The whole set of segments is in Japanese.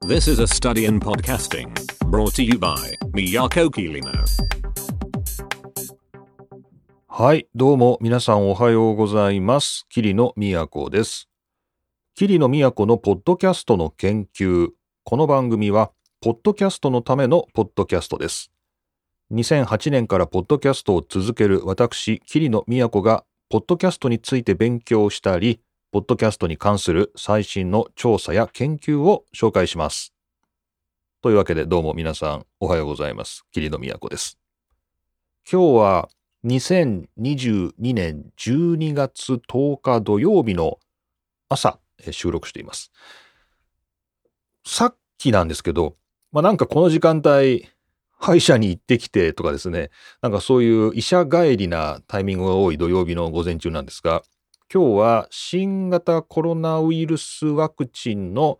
This is a study in podcasting brought to you by Miyako Kirino。 はい、どうも皆さんおはようございます。桐野都です。桐野都のポッドキャストの研究。この番組はポッドキャストのためのポッドキャストです。2008年からポッドキャストを続ける私桐野都がポッドキャストについて勉強したり、ポッドキャストに関する最新の調査や研究を紹介します。というわけでどうも皆さんおはようございます。桐野都です。今日は2022年12月10日土曜日の朝収録しています。さっきなんですけど、なんかこの時間帯歯医者に行ってきてとかですね、なんかそういう医者帰りなタイミングが多い土曜日の午前中なんですが、今日は新型コロナウイルスワクチンの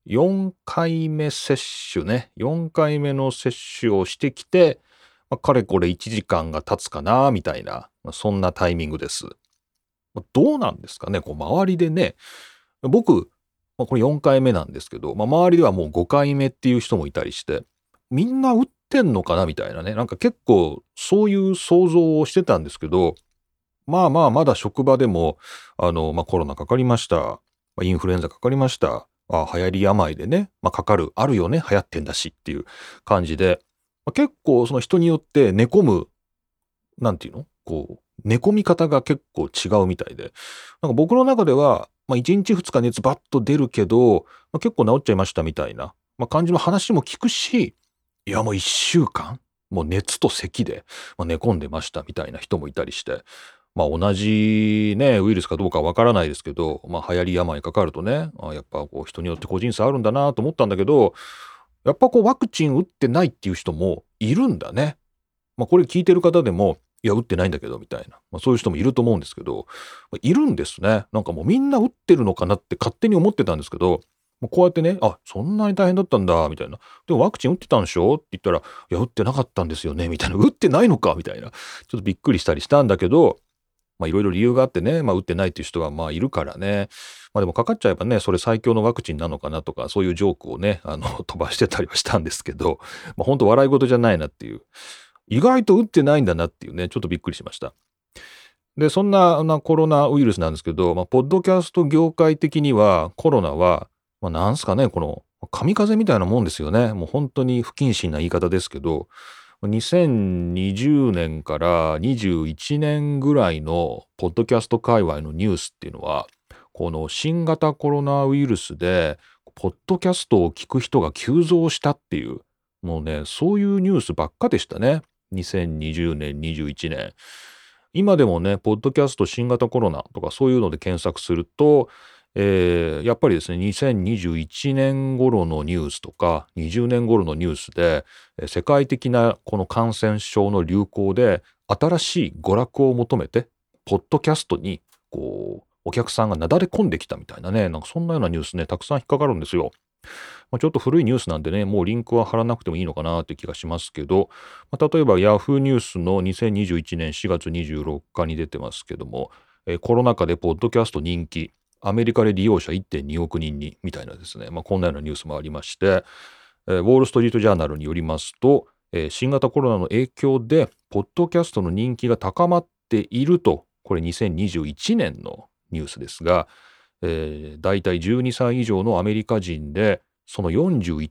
4回目接種ね、4回目の接種をしてきて、かれこれ1時間が経つかなみたいな、そんなタイミングです。どうなんですかね、周りでね、僕、これ4回目なんですけど、周りではもう5回目っていう人もいたりして、みんな打ってんのかなみたいなね、なんか結構そういう想像をしてたんですけど、まだ職場でも、コロナかかりました。インフルエンザかかりました。流行り病でね、かかる、あるよね、流行ってんだしっていう感じで、結構その人によって寝込む、なんていうの？寝込み方が結構違うみたいで、なんか僕の中では、1日2日熱バッと出るけど、結構治っちゃいましたみたいな、感じの話も聞くし、いやもう1週間、もう熱と咳で、寝込んでましたみたいな人もいたりして、同じね、ウイルスかどうかわからないですけど、流行り病にかかるとね、やっぱ人によって個人差あるんだなと思ったんだけど、やっぱワクチン打ってないっていう人もいるんだね。これ聞いてる方でも、いや、打ってないんだけど、みたいな。そういう人もいると思うんですけど、いるんですね。なんかもうみんな打ってるのかなって勝手に思ってたんですけど、こうやってね、そんなに大変だったんだ、みたいな。でもワクチン打ってたんでしょって言ったら、いや、打ってなかったんですよね、みたいな。打ってないのかみたいな。ちょっとびっくりしたりしたんだけど、いろいろ理由があってね、打ってないっていう人はいるからね。でもかかっちゃえばね、それ最強のワクチンなのかなとか、そういうジョークをね、飛ばしてたりはしたんですけど、本当笑い事じゃないなっていう。意外と打ってないんだなっていうね、ちょっとびっくりしました。で、そんなコロナウイルスなんですけど、ポッドキャスト業界的にはコロナは、なんすかね、この神風みたいなもんですよね。もう本当に不謹慎な言い方ですけど、2020年から21年ぐらいのポッドキャスト界隈のニュースっていうのは、この新型コロナウイルスで、ポッドキャストを聞く人が急増したっていう、もうね、そういうニュースばっかでしたね。2020年、21年。今でもね、ポッドキャスト新型コロナとかそういうので検索すると、やっぱりですね、2021年頃のニュースとか、20年頃のニュースで、世界的なこの感染症の流行で、新しい娯楽を求めて、ポッドキャストに、お客さんがなだれ込んできたみたいなね、なんかそんなようなニュースね、たくさん引っかかるんですよ。ちょっと古いニュースなんでね、もうリンクは貼らなくてもいいのかなって気がしますけど、例えば Yahoo ニュースの2021年4月26日に出てますけども、コロナ禍でポッドキャスト人気、アメリカで利用者 1.2 億人にみたいなですね、こんなようなニュースもありまして、ウォール・ストリート・ジャーナルによりますと、新型コロナの影響でポッドキャストの人気が高まっていると、これ2021年のニュースですが、だいたい12歳以上のアメリカ人でその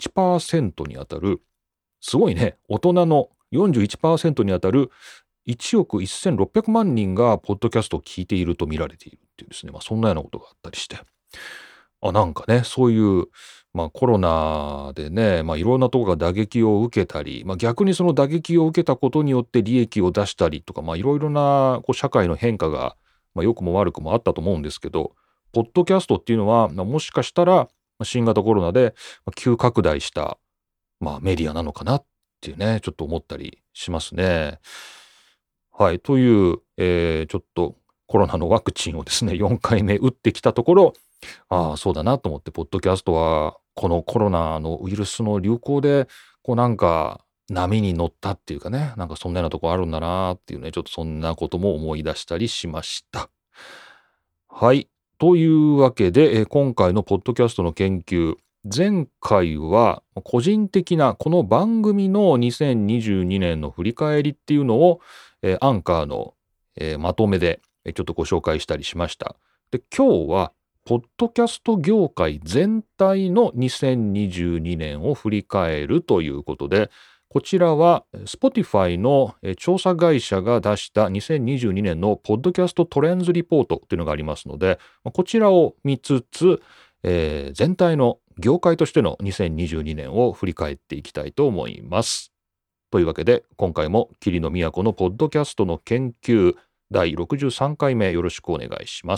41% にあたる、すごいね、大人の 41% にあたる1億1600万人がポッドキャストを聞いていると見られているっていうですね、そんなようなことがあったりして、なんかね、そういう、コロナでね、いろんなところが打撃を受けたり、逆にその打撃を受けたことによって利益を出したりとか、いろいろな社会の変化が、良くも悪くもあったと思うんですけど、ポッドキャストっていうのは、もしかしたら新型コロナで急拡大した、メディアなのかなっていうね、ちょっと思ったりしますね。はい。という、ちょっとコロナのワクチンをですね、4回目打ってきたところ、そうだなと思って、ポッドキャストは、このコロナのウイルスの流行で、なんか、波に乗ったっていうかね、なんかそんなようなとこあるんだなっていうね、ちょっとそんなことも思い出したりしました。はい。というわけで、今回のポッドキャストの研究、 前回は個人的なこの番組の2022年の振り返りっていうのを、アンカーの、まとめでちょっとご紹介したりしました。で、今日はポッドキャスト業界全体の2022年を振り返るということで、こちらは Spotify の調査会社が出した2022年のポッドキャストトレンズリポートというのがありますので、こちらを見つつ、全体の業界としての2022年を振り返っていきたいと思います。というわけで今回も桐野都のポッドキャストの研究第63回目よろしくお願いします。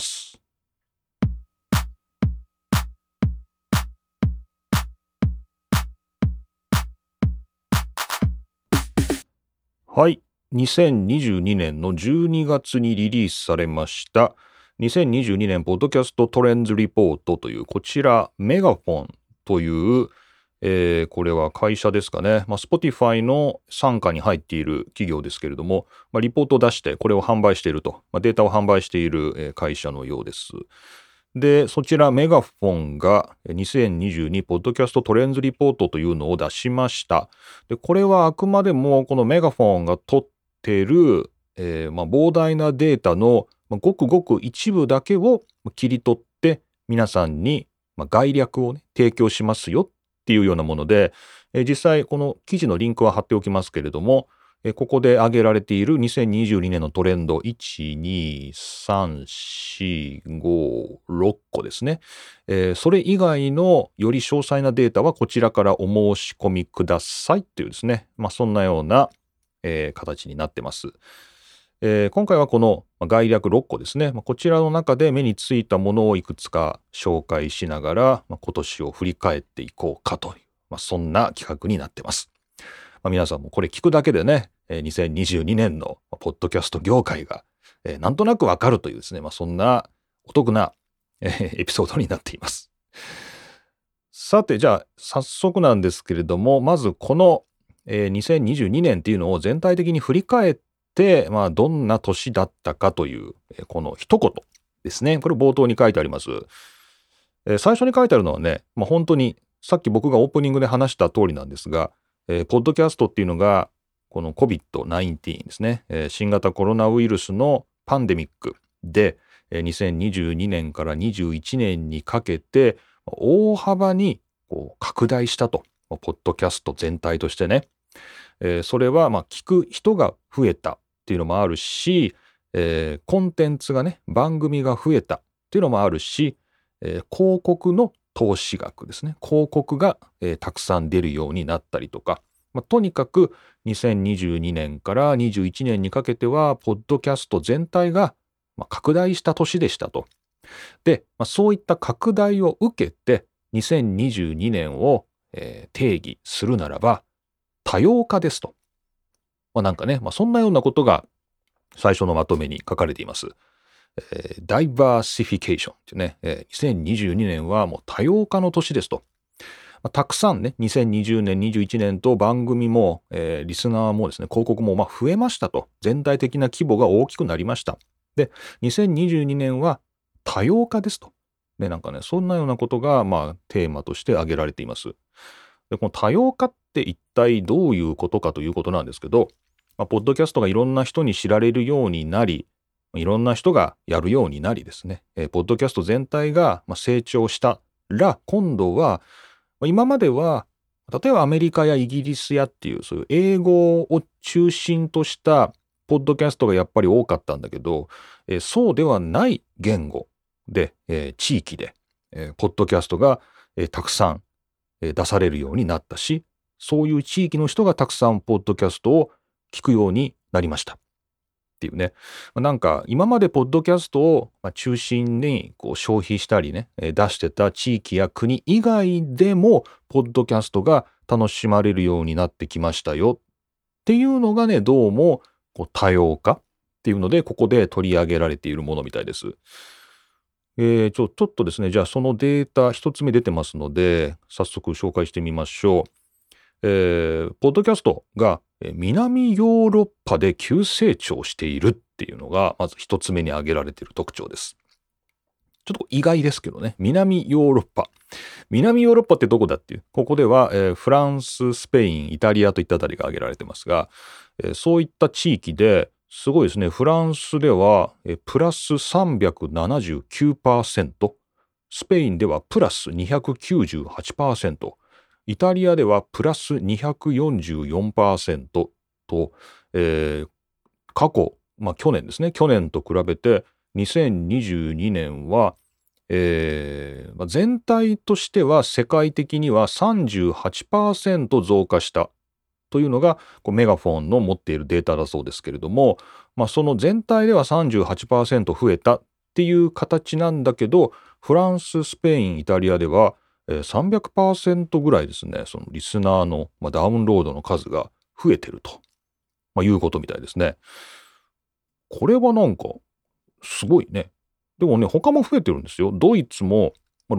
はい、2022年の12月にリリースされました2022年ポッドキャストトレンズリポートというこちらメガフォンという、これは会社ですかね、Spotify の傘下に入っている企業ですけれども、リポートを出してこれを販売していると、データを販売している会社のようです。で、そちらメガフォンが2022ポッドキャストトレンズリポートというのを出しました。で、これはあくまでもこのメガフォンが取っている、膨大なデータのごくごく一部だけを切り取って皆さんに概略をね、提供しますよっていうようなもので、実際この記事のリンクは貼っておきますけれども、ここで挙げられている2022年のトレンド1、2、3、4、5、6個ですね。それ以外のより詳細なデータはこちらからお申し込みくださいというですね、そんなような、形になってます。今回はこの概略6個ですね、こちらの中で目についたものをいくつか紹介しながら、今年を振り返っていこうかという、そんな企画になってます。皆さんもこれ聞くだけでね、2022年のポッドキャスト業界が、なんとなくわかるというですね、そんなお得な、エピソードになっています。さて、じゃあ早速なんですけれども、まずこの、2022年っていうのを全体的に振り返って、どんな年だったかという、この一言ですね。これ冒頭に書いてあります。最初に書いてあるのはね、本当にさっき僕がオープニングで話した通りなんですが、ポッドキャストっていうのがこの COVID-19 ですね、新型コロナウイルスのパンデミックで、2022年から21年にかけて大幅にこう拡大したと、ポッドキャスト全体としてね、それは聞く人が増えたっていうのもあるし、コンテンツがね、番組が増えたっていうのもあるし、広告の投資額ですね、広告が、たくさん出るようになったりとか、とにかく2022年から21年にかけてはポッドキャスト全体が拡大した年でしたと。で、そういった拡大を受けて2022年を、定義するならば多様化ですと。なんかね、そんなようなことが最初のまとめに書かれています。ダイバーシフィケーションってね、2022年はもう多様化の年ですと。たくさんね、2020年、21年と番組も、リスナーもですね、広告も増えましたと。全体的な規模が大きくなりました。で、2022年は多様化ですと。ね、なんかね、そんなようなことが、テーマとして挙げられています。で、この多様化って一体どういうことかということなんですけど、ポッドキャストがいろんな人に知られるようになり、いろんな人がやるようになりですね、ポッドキャスト全体が成長したら、今度は、今までは、例えばアメリカやイギリスやっていう、そういう英語を中心としたポッドキャストがやっぱり多かったんだけど、そうではない言語で、地域で、ポッドキャストが、たくさん、出されるようになったし、そういう地域の人がたくさんポッドキャストを聞くようになりました。っていうね。なんか今までポッドキャストを中心にこう消費したりね、出してた地域や国以外でもポッドキャストが楽しまれるようになってきましたよっていうのがね、どうもこう多様化っていうのでここで取り上げられているものみたいです。ちょっとですね、じゃあそのデータ一つ目出てますので早速紹介してみましょう。ポッドキャストが南ヨーロッパで急成長しているっていうのがまず一つ目に挙げられている特徴です。 ちょっと意外ですけどね。南ヨーロッパ。南ヨーロッパってどこだっていう。ここでは、フランス、スペイン、イタリアといったあたりが挙げられてますが、そういった地域ですごいですね。フランスでは、プラス379%、スペインではプラス298%、イタリアではプラス244%と、過去、去年ですね。去年と比べて2022年は、全体としては世界的には38%増加したというのがメガフォンの持っているデータだそうですけれども、その全体では38%増えたっていう形なんだけど、フランス、スペイン、イタリアでは300% ぐらいですね、そのリスナーのダウンロードの数が増えてると、いうことみたいですね。これはなんかすごいね。でもね、他も増えてるんですよ。ドイツも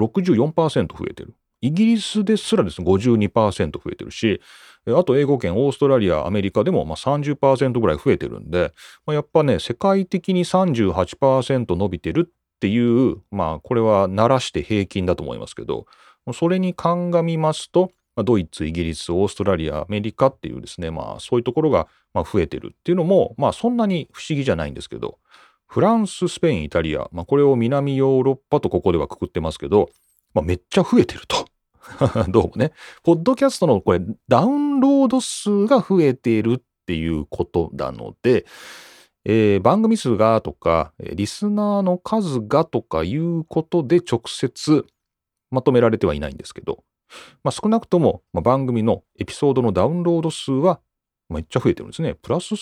64% 増えてる。イギリスですらですね、52% 増えてるし、あと英語圏、オーストラリア、アメリカでも30% ぐらい増えてるんで、やっぱね、世界的に 38% 伸びてるっていう、これは鳴らして平均だと思いますけど、それに鑑みますと、ドイツ、イギリス、オーストラリア、アメリカっていうですね、そういうところが増えてるっていうのも、そんなに不思議じゃないんですけど、フランス、スペイン、イタリア、これを南ヨーロッパとここではくくってますけど、めっちゃ増えてると。どうもね。ポッドキャストのこれ、ダウンロード数が増えているっていうことなので、番組数がとか、リスナーの数がとかいうことで直接まとめられてはいないんですけど、少なくとも、番組のエピソードのダウンロード数はめっちゃ増えてるんですね。プラス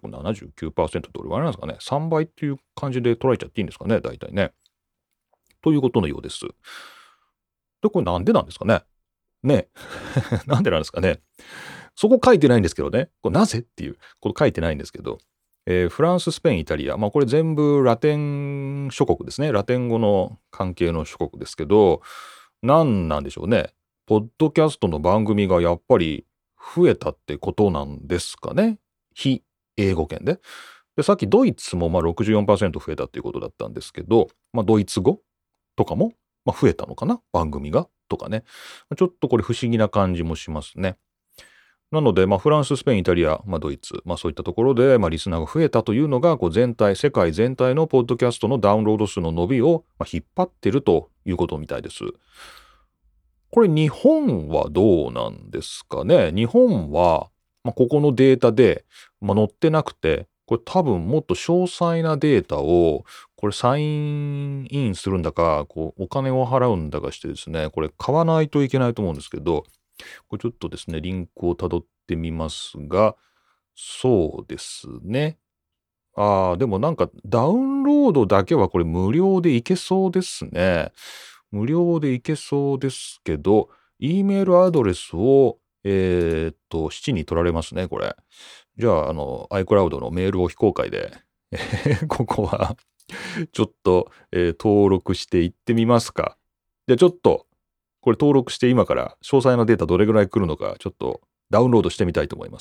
379% どれぐらいなんですかね。3倍っていう感じで捉えちゃっていいんですかね、大体ね。ということのようです。で、これなんでなんですかね。ね。なんでなんですかね。そこ書いてないんですけどね。これなぜっていうこと書いてないんですけど、フランス、スペイン、イタリア、これ全部ラテン諸国ですね。ラテン語の関係の諸国ですけど、なんなんでしょうね。ポッドキャストの番組がやっぱり増えたってことなんですかね。非英語圏で。で、さっきドイツも64% 増えたっていうことだったんですけど、ドイツ語とかも増えたのかな、番組がとかね。ちょっとこれ不思議な感じもしますね。なので、フランス、スペイン、イタリア、ドイツ、そういったところで、リスナーが増えたというのが、世界全体のポッドキャストのダウンロード数の伸びを、引っ張ってるということみたいです。これ日本はどうなんですかね。日本は、ここのデータで、載ってなくて、これ多分もっと詳細なデータを、これサインインするんだか、お金を払うんだかしてですね、これ買わないといけないと思うんですけど、これちょっとですね、リンクをたどってみますが、そうですね。でもなんかダウンロードだけはこれ無料でいけそうですね。無料でいけそうですけど、E メールアドレスを、7に取られますね、これ。じゃあ、iCloud のメールを非公開で、ここはちょっと、登録していってみますか。じゃあちょっと、これ登録して今から詳細なデータどれぐらい来るのか、ちょっとダウンロードしてみたいと思います。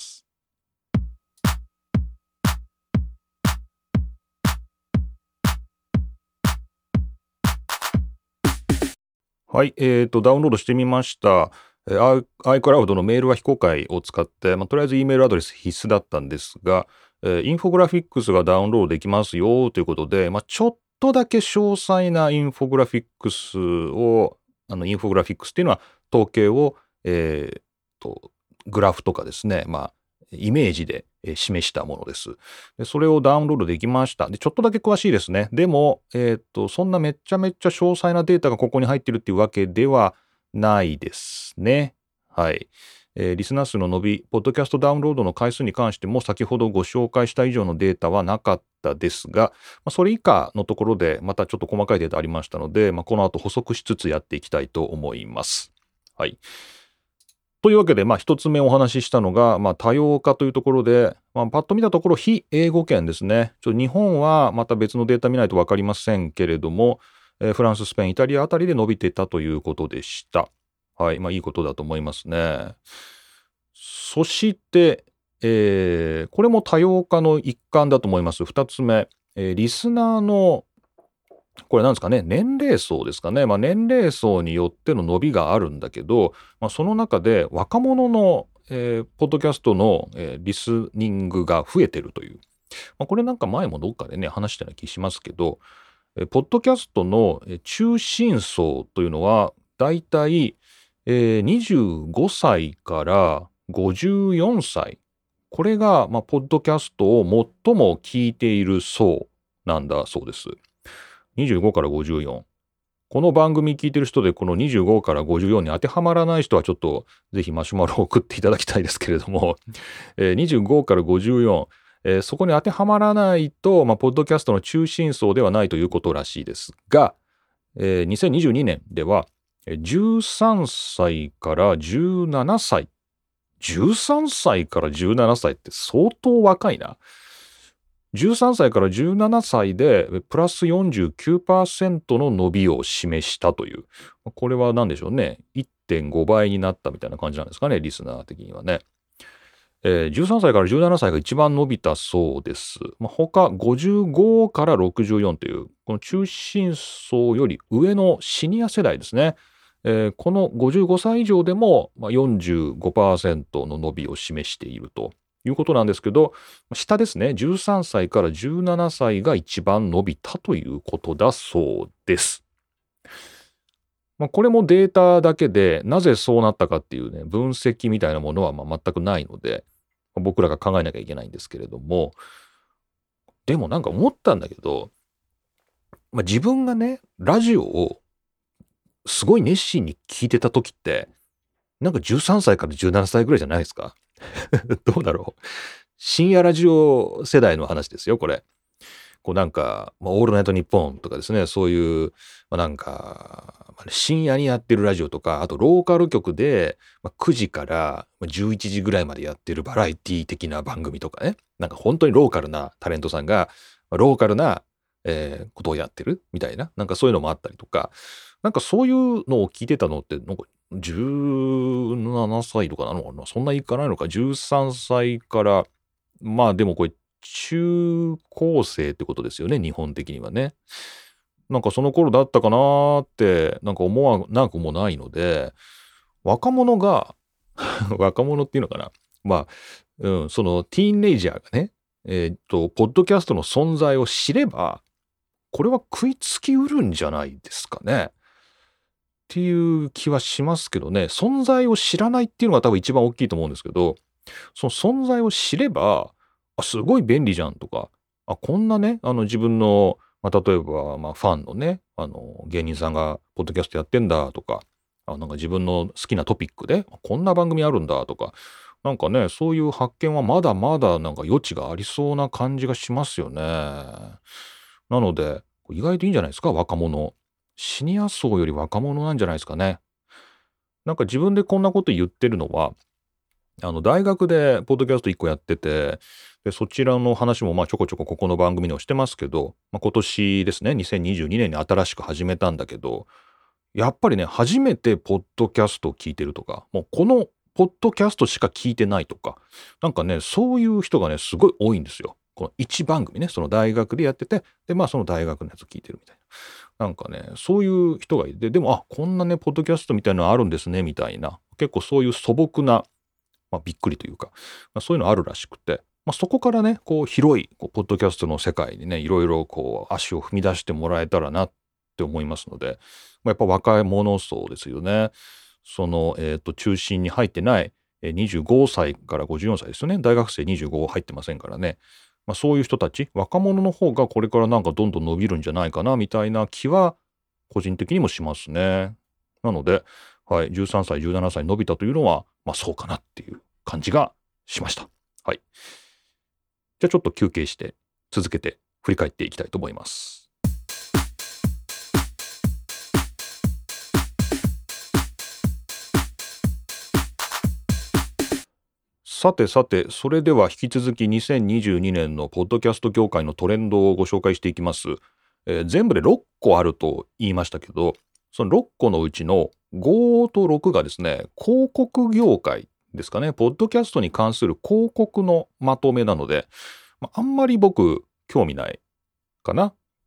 はい、ダウンロードしてみました。iCloud のメールは非公開を使って、とりあえず E メールアドレス必須だったんですが、インフォグラフィックスがダウンロードできますよということで、ちょっとだけ詳細なインフォグラフィックスを、インフォグラフィックスっていうのは統計を、グラフとかですね、イメージで示したものです。で、それをダウンロードできました。で、ちょっとだけ詳しいですね。でも、そんなめっちゃめっちゃ詳細なデータがここに入ってるっていうわけではないですね。はい。リスナー数の伸び、ポッドキャストダウンロードの回数に関しても先ほどご紹介した以上のデータはなかったですが、それ以下のところでまたちょっと細かいデータありましたので、この後補足しつつやっていきたいと思います。はい。というわけで、一つ目お話ししたのが、多様化というところで、パッと見たところ非英語圏ですね。日本はまた別のデータ見ないと分かりませんけれども、フランス、スペイン、イタリアあたりで伸びてたということでした。はい。いいことだと思いますね。そして、これも多様化の一環だと思います。二つ目、リスナーのこれなんですかね、年齢層ですかね。年齢層によっての伸びがあるんだけど、その中で若者の、ポッドキャストの、リスニングが増えてるという。これなんか前もどっかでね、話したような気しますけど、ポッドキャストの中心層というのは、だいたい25歳から54歳。これが、ポッドキャストを最も聞いている層なんだそうです。25から54。この番組聞いてる人でこの25から54に当てはまらない人はちょっとぜひマシュマロを送っていただきたいですけれども、25から54、そこに当てはまらないと、ポッドキャストの中心層ではないということらしいですが、2022年では13歳から17歳。13歳から17歳って相当若いな。13歳から17歳でプラス 49% の伸びを示したという。これは何でしょうね。1.5 倍になったみたいな感じなんですかね。リスナー的にはね。13歳から17歳が一番伸びたそうです。他55から64という、この中心層より上のシニア世代ですね。この55歳以上でも 45% の伸びを示しているということなんですけど、下ですね、13歳から17歳が一番伸びたということだそうです。これもデータだけでなぜそうなったかっていうね、分析みたいなものは全くないので、僕らが考えなきゃいけないんですけれども、でもなんか思ったんだけど、自分がね、ラジオをすごい熱心に聞いてた時って、なんか13歳から17歳ぐらいじゃないですか？どうだろう。深夜ラジオ世代の話ですよ、これ。こうなんか、オールナイトニッポンとかですね、そういう、なんか、深夜にやってるラジオとか、あとローカル局で、9時から11時ぐらいまでやってるバラエティ的な番組とかね、なんか本当にローカルなタレントさんが、ローカルな、ことをやってるみたいな、なんかそういうのもあったりとか、なんかそういうのを聞いてたのって、なんか17歳とかなのかな、そんないかないのか、13歳から、でもこれ中高生ってことですよね、日本的にはね。なんかその頃だったかなーって、なんか思わなくもないので、若者が若者っていうのかな。そのティーンレイジャーがね、ポッドキャストの存在を知れば、これは食いつきうるんじゃないですかね。っていう気はしますけどね。存在を知らないっていうのが多分一番大きいと思うんですけど、その存在を知れば、すごい便利じゃんとか、こんなね、自分の、例えば、ファンのね、芸人さんがポッドキャストやってんだとか、なんか自分の好きなトピックで、こんな番組あるんだとか、なんかね、そういう発見はまだまだなんか余地がありそうな感じがしますよね。なので、意外といいんじゃないですか、若者。シニア層より若者なんじゃないですかね。なんか自分でこんなこと言ってるのは、大学でポッドキャスト1個やってて、で、そちらの話もちょこちょこここの番組ではしてますけど、今年ですね、2022年に新しく始めたんだけど、やっぱりね、初めてポッドキャストを聞いてるとか、もうこのポッドキャストしか聞いてないとか、なんかね、そういう人がね、すごい多いんですよ。この1番組ね、その大学でやってて、で、その大学のやつ聞いてるみたいな。なんかね、そういう人がいて、でも、こんなね、ポッドキャストみたいなのあるんですね、みたいな。結構そういう素朴な、びっくりというか、そういうのあるらしくて、そこからね、こう広いポッドキャストの世界にね、いろいろこう足を踏み出してもらえたらなって思いますので、やっぱ若い者層ですよね。その、中心に入ってない25歳から54歳ですよね。大学生25入ってませんからね。そういう人たち、若者の方がこれからなんかどんどん伸びるんじゃないかなみたいな気は個人的にもしますね。なので、はい、13歳、17歳伸びたというのは、そうかなっていう感じがしました。はい。じゃあちょっと休憩して続けて振り返っていきたいと思います。さてさて、それでは引き続き2022年のポッドキャスト業界のトレンドをご紹介していきます。全部で6個あると言いましたけど、その6個のうちの5と6がですね、広告業界ですかね、ポッドキャストに関する広告のまとめなので、あんまり僕興味ないかな。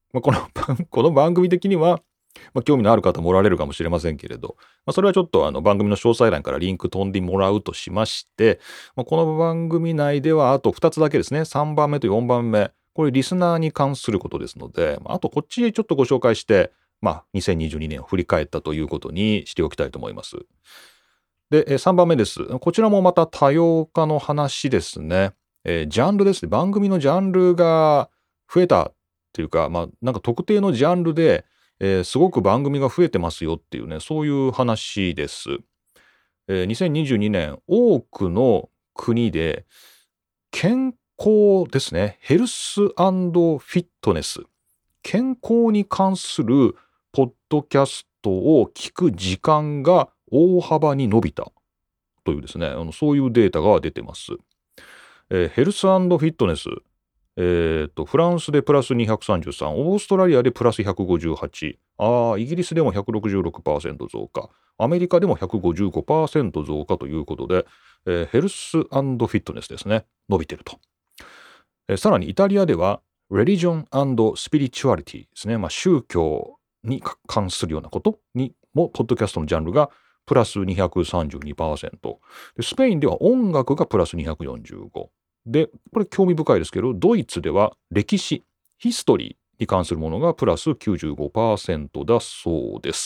この番組的には、興味のある方もおられるかもしれませんけれど、それはちょっと番組の詳細欄からリンク飛んでもらうとしまして、この番組内ではあと2つだけですね、3番目と4番目、これリスナーに関することですので、あとこっちへちょっとご紹介して、2022年を振り返ったということにしておきたいと思います。で、3番目です。こちらもまた多様化の話ですね。ジャンルですね。番組のジャンルが増えたっていうか、なんか特定のジャンルで、すごく番組が増えてますよっていうね、そういう話です。2022年、多くの国で健康ですね。ヘルス&フィットネス。健康に関するポッドキャストを聞く時間が大幅に伸びたというですね、そういうデータが出てます。ヘルス&フィットネス。フランスでプラス233、オーストラリアでプラス158、イギリスでも166% 増加、アメリカでも155% 増加ということで、ヘルス&フィットネスですね、伸びてると。さらにイタリアでは、Religion and Spirituality ですね、宗教に関するようなことにも、ポッドキャストのジャンルがプラス232%。スペインでは音楽がプラス245。で、これ興味深いですけど、ドイツでは歴史、ヒストリーに関するものがプラス 95% だそうです。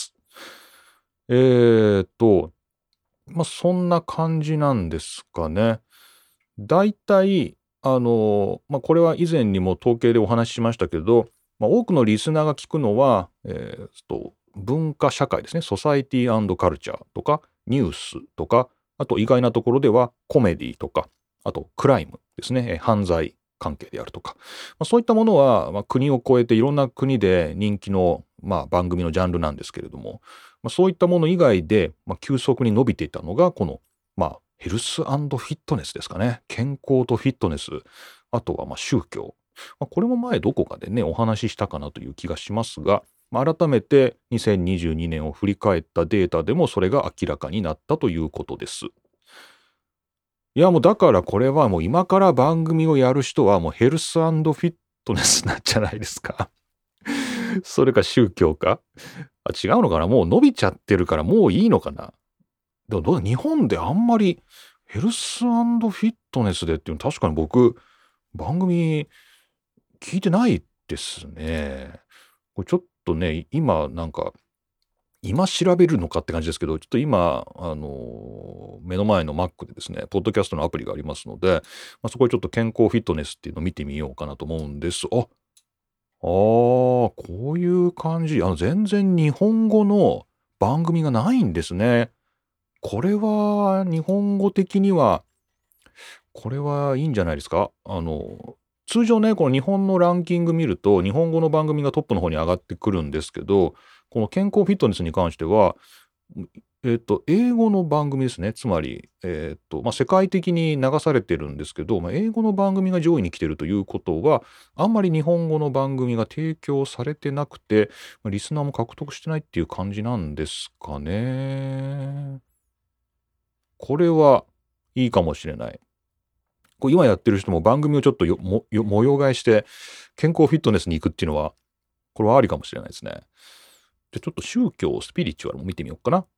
そんな感じなんですかね。だいたい、これは以前にも統計でお話ししましたけど、多くのリスナーが聞くのは、文化社会ですね。ソサイティ&カルチャーとか、ニュースとか、あと意外なところではコメディとか、あとクライムですね。犯罪関係であるとか。そういったものは、国を超えていろんな国で人気の、番組のジャンルなんですけれども、そういったもの以外で、急速に伸びていたのが、この、ヘルス&フィットネスですかね。健康とフィットネス。あとは宗教。これも前どこかでね、お話ししたかなという気がしますが、改めて2022年を振り返ったデータでもそれが明らかになったということです。いやもうだからこれはもう今から番組をやる人はもうヘルス&フィットネスなんじゃないですか。それか宗教か。違うのかな、もう伸びちゃってるからもういいのかな。でも日本であんまりヘルス&フィットネスでっていうの確かに僕番組聞いてないですね。これちょっとね、今調べるのかって感じですけど、ちょっと今、目の前の Mac でですね、ポッドキャストのアプリがありますので、そこでちょっと健康フィットネスっていうのを見てみようかなと思うんです。こういう感じ。全然日本語の番組がないんですね。これは日本語的には、これはいいんじゃないですか。通常ね、この日本のランキング見ると、日本語の番組がトップの方に上がってくるんですけど、この健康フィットネスに関しては、英語の番組ですね。つまり、世界的に流されてるんですけど、英語の番組が上位に来てるということは、あんまり日本語の番組が提供されてなくて、リスナーも獲得してないっていう感じなんですかね。これはいいかもしれない。今やってる人も番組をちょっと模様替えして健康フィットネスに行くっていうのは、これはありかもしれないですね。で、ちょっと宗教、スピリチュアルも見てみようかな。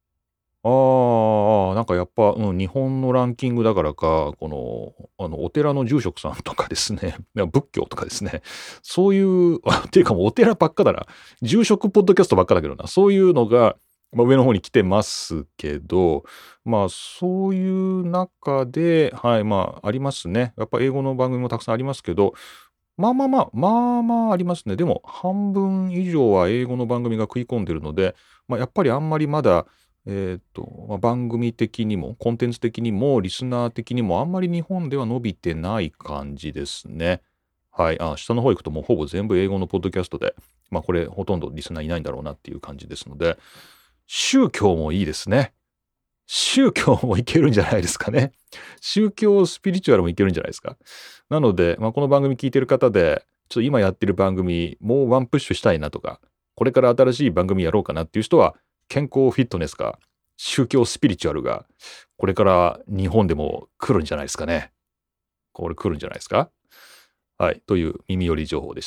なんかやっぱ、日本のランキングだからか、お寺の住職さんとかですね、仏教とかですね、そういう、っていうかもうお寺ばっかだな。住職ポッドキャストばっかだけどな。そういうのが、上の方に来てますけど、そういう中で、はい、ありますね。やっぱ英語の番組もたくさんありますけど、ありますね。でも、半分以上は英語の番組が食い込んでるので、やっぱりあんまりまだ、番組的にも、コンテンツ的にも、リスナー的にも、あんまり日本では伸びてない感じですね。はい。下の方行くともうほぼ全部英語のポッドキャストで、これほとんどリスナーいないんだろうなっていう感じですので、宗教もいいですね。宗教もいけるんじゃないですかね。宗教スピリチュアルもいけるんじゃないですか。なので、この番組聞いてる方で、ちょっと今やってる番組、もうワンプッシュしたいなとか、これから新しい番組やろうかなっていう人は、健康フィットネスか、宗教スピリチュアルが、これから日本でも来るんじゃないですかね。これ来るんじゃないですか。はい。という耳寄り情報でした。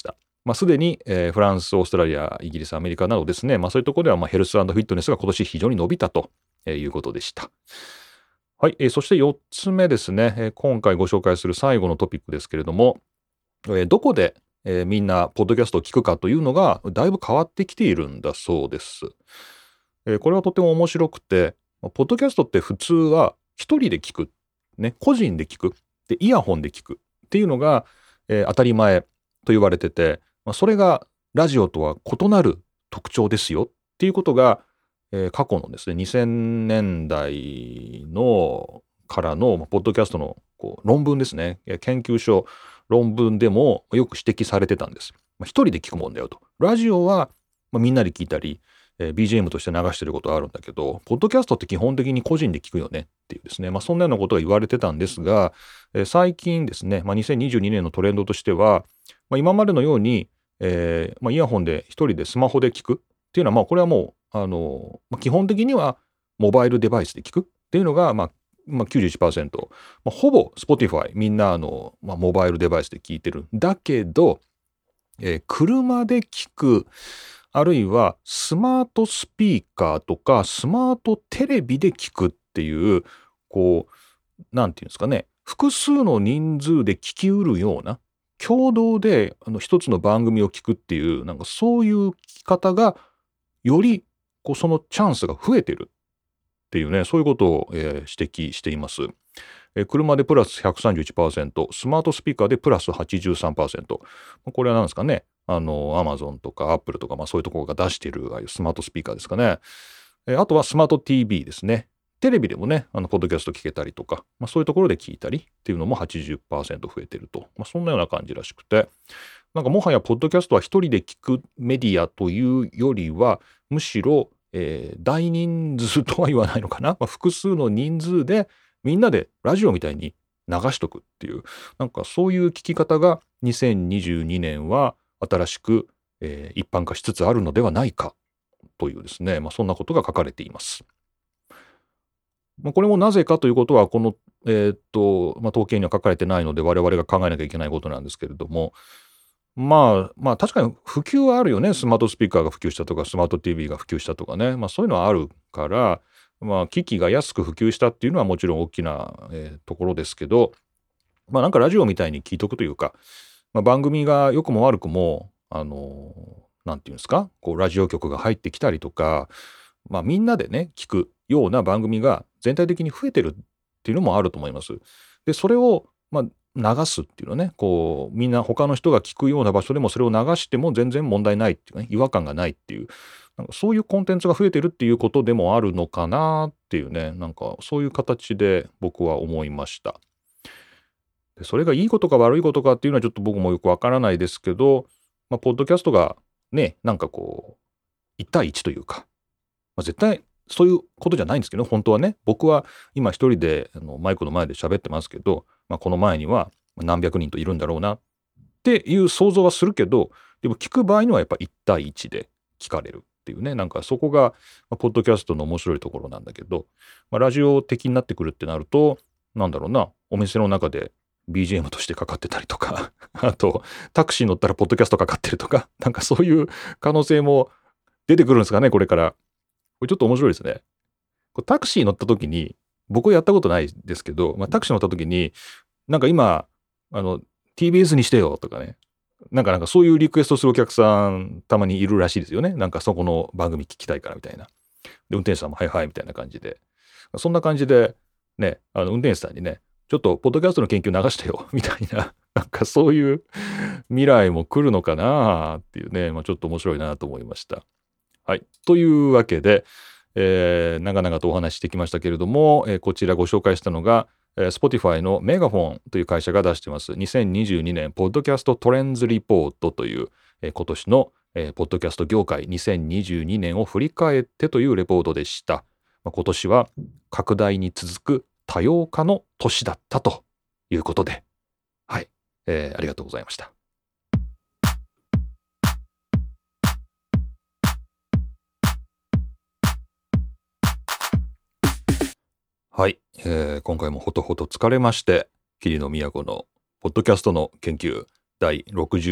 すでに、フランス、オーストラリア、イギリス、アメリカなどですね、そういうところではヘルス&フィットネスが今年非常に伸びたということでした。はい、そして4つ目ですね、今回ご紹介する最後のトピックですけれども、どこで、みんなポッドキャストを聞くかというのがだいぶ変わってきているんだそうです。これはとても面白くて、ポッドキャストって普通は一人で聞く、ね、個人で聞く、でイヤホンで聞くっていうのが、当たり前と言われてて、それがラジオとは異なる特徴ですよっていうことが、過去のですね2000年代のからのポッドキャストの論文ですね、研究所論文でもよく指摘されてたんです。一人で聞くもんだよと。ラジオはみんなで聞いたり、BGM として流してることはあるんだけど、ポッドキャストって基本的に個人で聞くよねっていうですね、そんなようなことが言われてたんですが、最近ですね、2022年のトレンドとしては、今までのように、イヤホンで一人でスマホで聞くっていうのは、これはもう基本的にはモバイルデバイスで聞くっていうのが、91%、ほぼ Spotify みんなモバイルデバイスで聞いてるんだけど、車で聞く、あるいはスマートスピーカーとかスマートテレビで聞くっていう、なんていうんですかね、複数の人数で聞きうるような、共同で一つの番組を聞くっていう、そういう聞き方が、よりそのチャンスが増えてるっていうね、そういうことを、指摘しています。車でプラス 131%、スマートスピーカーでプラス 83%。これは何ですかね。Amazon とか Apple とか、そういうところが出しているああいうスマートスピーカーですかね。あとはスマート TV ですね。テレビでもね、ポッドキャスト聞けたりとか、そういうところで聞いたりっていうのも 80% 増えてると。そんなような感じらしくて、もはやポッドキャストは一人で聞くメディアというよりは、むしろ、大人数とは言わないのかな。複数の人数でみんなでラジオみたいに流しとくっていう、そういう聞き方が2022年は新しく、一般化しつつあるのではないかというですね、そんなことが書かれています。これもなぜかということは、この、統計には書かれてないので我々が考えなきゃいけないことなんですけれども、確かに普及はあるよね。スマートスピーカーが普及したとか、スマート TV が普及したとかね。そういうのはあるから、機器が安く普及したっていうのはもちろん大きな、ところですけど、ラジオみたいに聞いとくというか、番組が良くも悪くも、なんていうんですか、ラジオ局が入ってきたりとか、みんなでね、聞くような番組が全体的に増えてるっていうのもあると思います。で、それを、流すっていうのはね、みんな他の人が聞くような場所でもそれを流しても全然問題ないっていうね、違和感がないっていう、そういうコンテンツが増えてるっていうことでもあるのかなっていうね、そういう形で僕は思いました。でそれがいいことか悪いことかっていうのはちょっと僕もよくわからないですけど、ポッドキャストがね、1対1というか、絶対そういうことじゃないんですけど、本当はね、僕は今一人でマイクの前で喋ってますけど、この前には何百人といるんだろうなっていう想像はするけど、でも聞く場合にはやっぱ1対1で聞かれるっていうね、そこが、ポッドキャストの面白いところなんだけど、ラジオ的になってくるってなると、お店の中で BGM としてかかってたりとか、あとタクシー乗ったらポッドキャストかかってるとか、そういう可能性も出てくるんですかね、これから。これちょっと面白いですね。タクシー乗った時に、僕はやったことないですけど、タクシー乗った時に、今、TBS にしてよとかね。そういうリクエストするお客さんたまにいるらしいですよね。そこの番組聞きたいからみたいな。で、運転手さんもはいはいみたいな感じで。そんな感じで、ね、運転手さんにね、ちょっとポッドキャストの研究流してよみたいな、そういう未来も来るのかなっていうね、ちょっと面白いなと思いました。はい。というわけで、長々とお話ししてきましたけれども、こちらご紹介したのが、Spotify のメガフォンという会社が出しています2022年ポッドキャストトレンズリポートという、今年の、ポッドキャスト業界2022年を振り返ってというレポートでした。今年は拡大に続く多様化の年だったということで、はい、ありがとうございました。はい、今回もほとほと疲れまして、桐野都のポッドキャストの研究第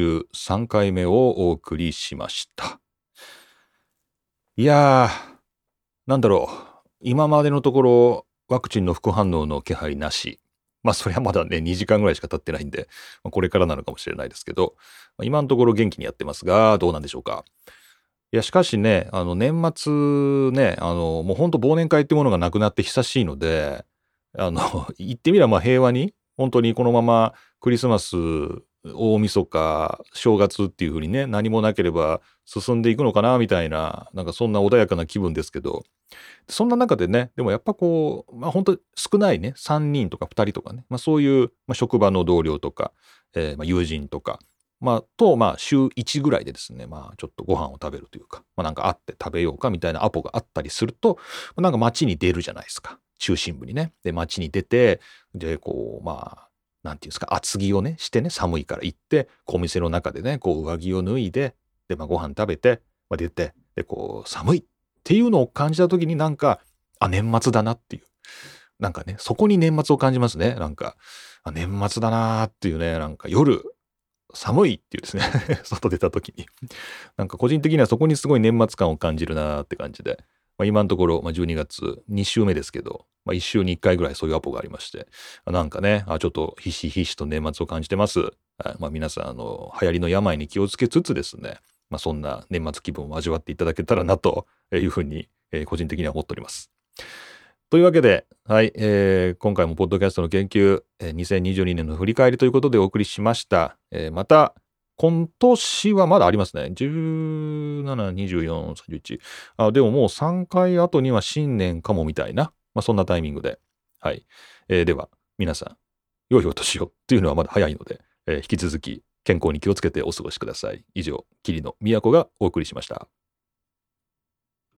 63回目をお送りしました。いやー、なんだろう。今までのところワクチンの副反応の気配なし。それはまだね、2時間ぐらいしか経ってないんで、これからなのかもしれないですけど、今のところ元気にやってますが、どうなんでしょうか。いや、しかしね、年末ね、もうほんと忘年会ってものがなくなって久しいので、言ってみれば平和に、本当にこのままクリスマス、大晦日、正月っていう風にね、何もなければ進んでいくのかな、みたいな、なんかそんな穏やかな気分ですけど、そんな中でね、でもやっぱこう、本当少ないね、3人とか2人とかね、そういう、職場の同僚とか、友人とか、週1ぐらいでですね、ちょっとご飯を食べるというか、なんか会って食べようかみたいなアポがあったりすると、なんか街に出るじゃないですか。中心部にね。で、街に出て、で、こう、なんていうんですか、厚着をね、してね、寒いから行って、お店の中でね、こう、上着を脱いで、で、ご飯食べて、出て、で、こう、寒いっていうのを感じた時になんか、年末だなっていう。なんかね、そこに年末を感じますね。なんか、年末だなーっていうね、なんか夜、寒いっていうですね外出た時になんか個人的にはそこにすごい年末感を感じるなーって感じで、今のところ、12月2週目ですけど、1週に1回ぐらいそういうアポがありまして、なんかね、ちょっとひしひしと年末を感じてます。皆さん、流行りの病に気をつけつつですね、そんな年末気分を味わっていただけたらなというふうに、個人的には思っております。というわけで、はい、今回もポッドキャストの研究、2022年の振り返りということでお送りしました。また、今年はまだありますね。17、24、31。でももう3回後には新年かもみたいな、そんなタイミングで。はい。では、皆さん、良いお年をっていうのはまだ早いので、引き続き健康に気をつけてお過ごしください。以上、桐野都がお送りしました。